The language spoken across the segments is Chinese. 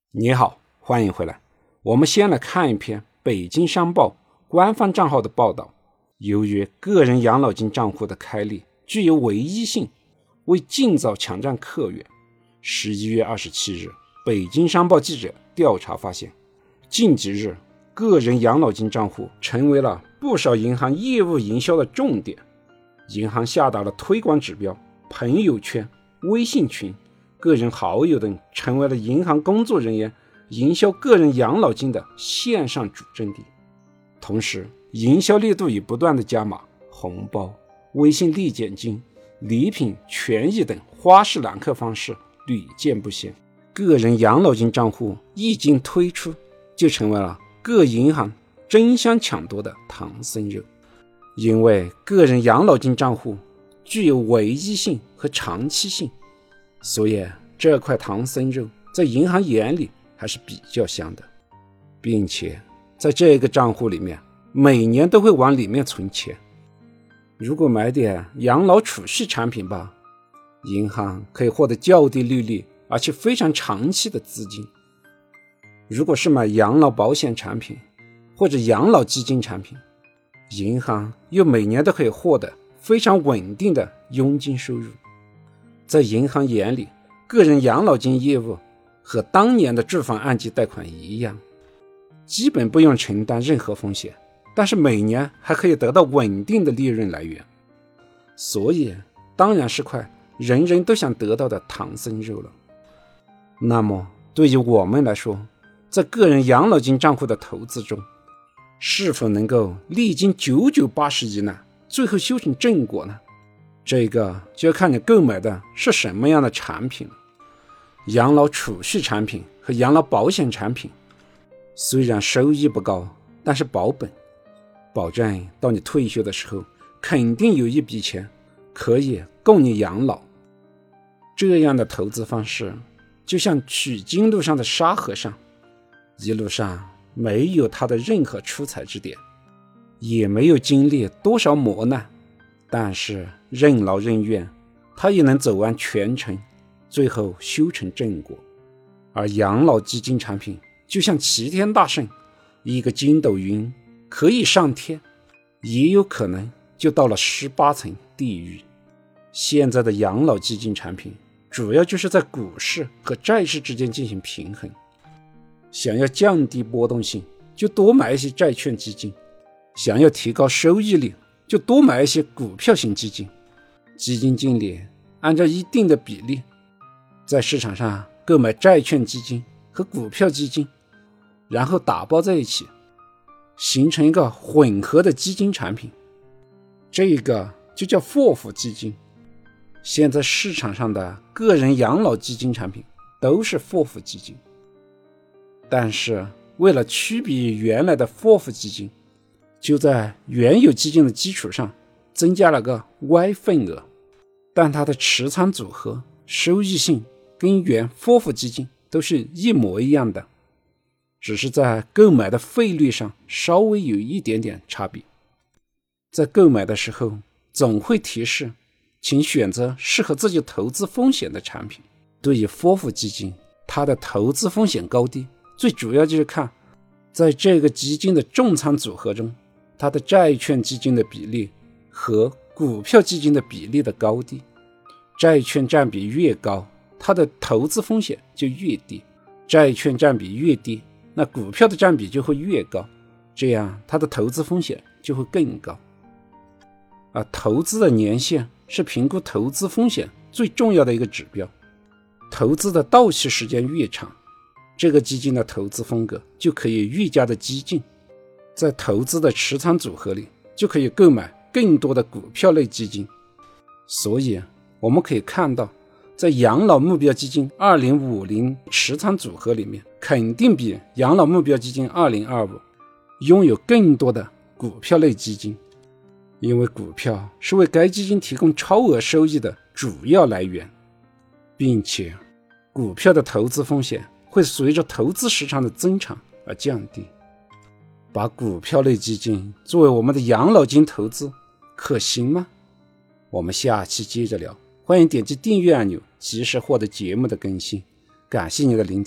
你好，欢迎回来。我们先来看一篇北京商报官方账号的报道。由于个人养老金账户的开立具有唯一性，为尽早抢占客源，11月27日，北京商报记者调查发现，近几日个人养老金账户成为了不少银行业务营销的重点。银行下达了推广指标，朋友圈、微信群、个人好友等成为了银行工作人员营销个人养老金的线上主阵地。同时，营销力度也不断的加码，红包、微信立减金、礼品、权益等花式揽客方式屡见不鲜。个人养老金账户一经推出，就成为了各银行争相抢夺的唐僧肉。因为个人养老金账户具有唯一性和长期性，所以这块唐僧肉在银行眼里还是比较香的，并且在这个账户里面每年都会往里面存钱。如果买点养老储蓄产品吧，银行可以获得较低利率而且非常长期的资金。如果是买养老保险产品或者养老基金产品，银行又每年都可以获得非常稳定的佣金收入。在银行眼里，个人养老金业务和当年的住房按揭贷款一样，基本不用承担任何风险，但是每年还可以得到稳定的利润来源，所以当然是块人人都想得到的唐僧肉了。那么对于我们来说，在个人养老金账户的投资中，是否能够历经9980疑难，最后修成正果呢？这个就要看你购买的是什么样的产品了。养老储蓄产品和养老保险产品虽然收益不高，但是保本，保证到你退休的时候肯定有一笔钱可以供你养老。这样的投资方式就像取经路上的沙和尚，一路上没有他的任何出彩之点，也没有经历多少磨难，但是任劳任怨，他也能走完全程，最后修成正果。而养老基金产品就像齐天大圣，一个筋斗云可以上天，也有可能就到了18层地狱。现在的养老基金产品主要就是在股市和债市之间进行平衡，想要降低波动性，就多买一些债券基金；想要提高收益率，就多买一些股票型基金。基金经理按照一定的比例，在市场上购买债券基金和股票基金，然后打包在一起，形成一个混合的基金产品，这个就叫FOF基金。现在市场上的个人养老基金产品都是FOF基金，但是为了区别于原来的 FOF 基金，就在原有基金的基础上增加了个 Y 份额，但它的持仓组合、收益性跟原 FOF 基金都是一模一样的，只是在购买的费率上稍微有一点点差别。在购买的时候总会提示，请选择适合自己投资风险的产品。对于 FOF 基金，它的投资风险高低最主要就是看在这个基金的重仓组合中，它的债券基金的比例和股票基金的比例的高低。债券占比越高，它的投资风险就越低；债券占比越低，那股票的占比就会越高，这样它的投资风险就会更高。而投资的年限是评估投资风险最重要的一个指标，投资的到期时间越长，这个基金的投资风格就可以愈加的激进，在投资的持仓组合里就可以购买更多的股票类基金。所以我们可以看到，在养老目标基金2050持仓组合里面，肯定比养老目标基金2025拥有更多的股票类基金，因为股票是为该基金提供超额收益的主要来源，并且股票的投资风险会随着投资时长的增长而降低。把股票类基金作为我们的养老金投资可行吗？我们下期接着聊，欢迎点击订阅按钮，及时获得节目的更新。感谢你的聆听，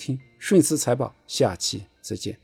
迅思财宝，下期再见。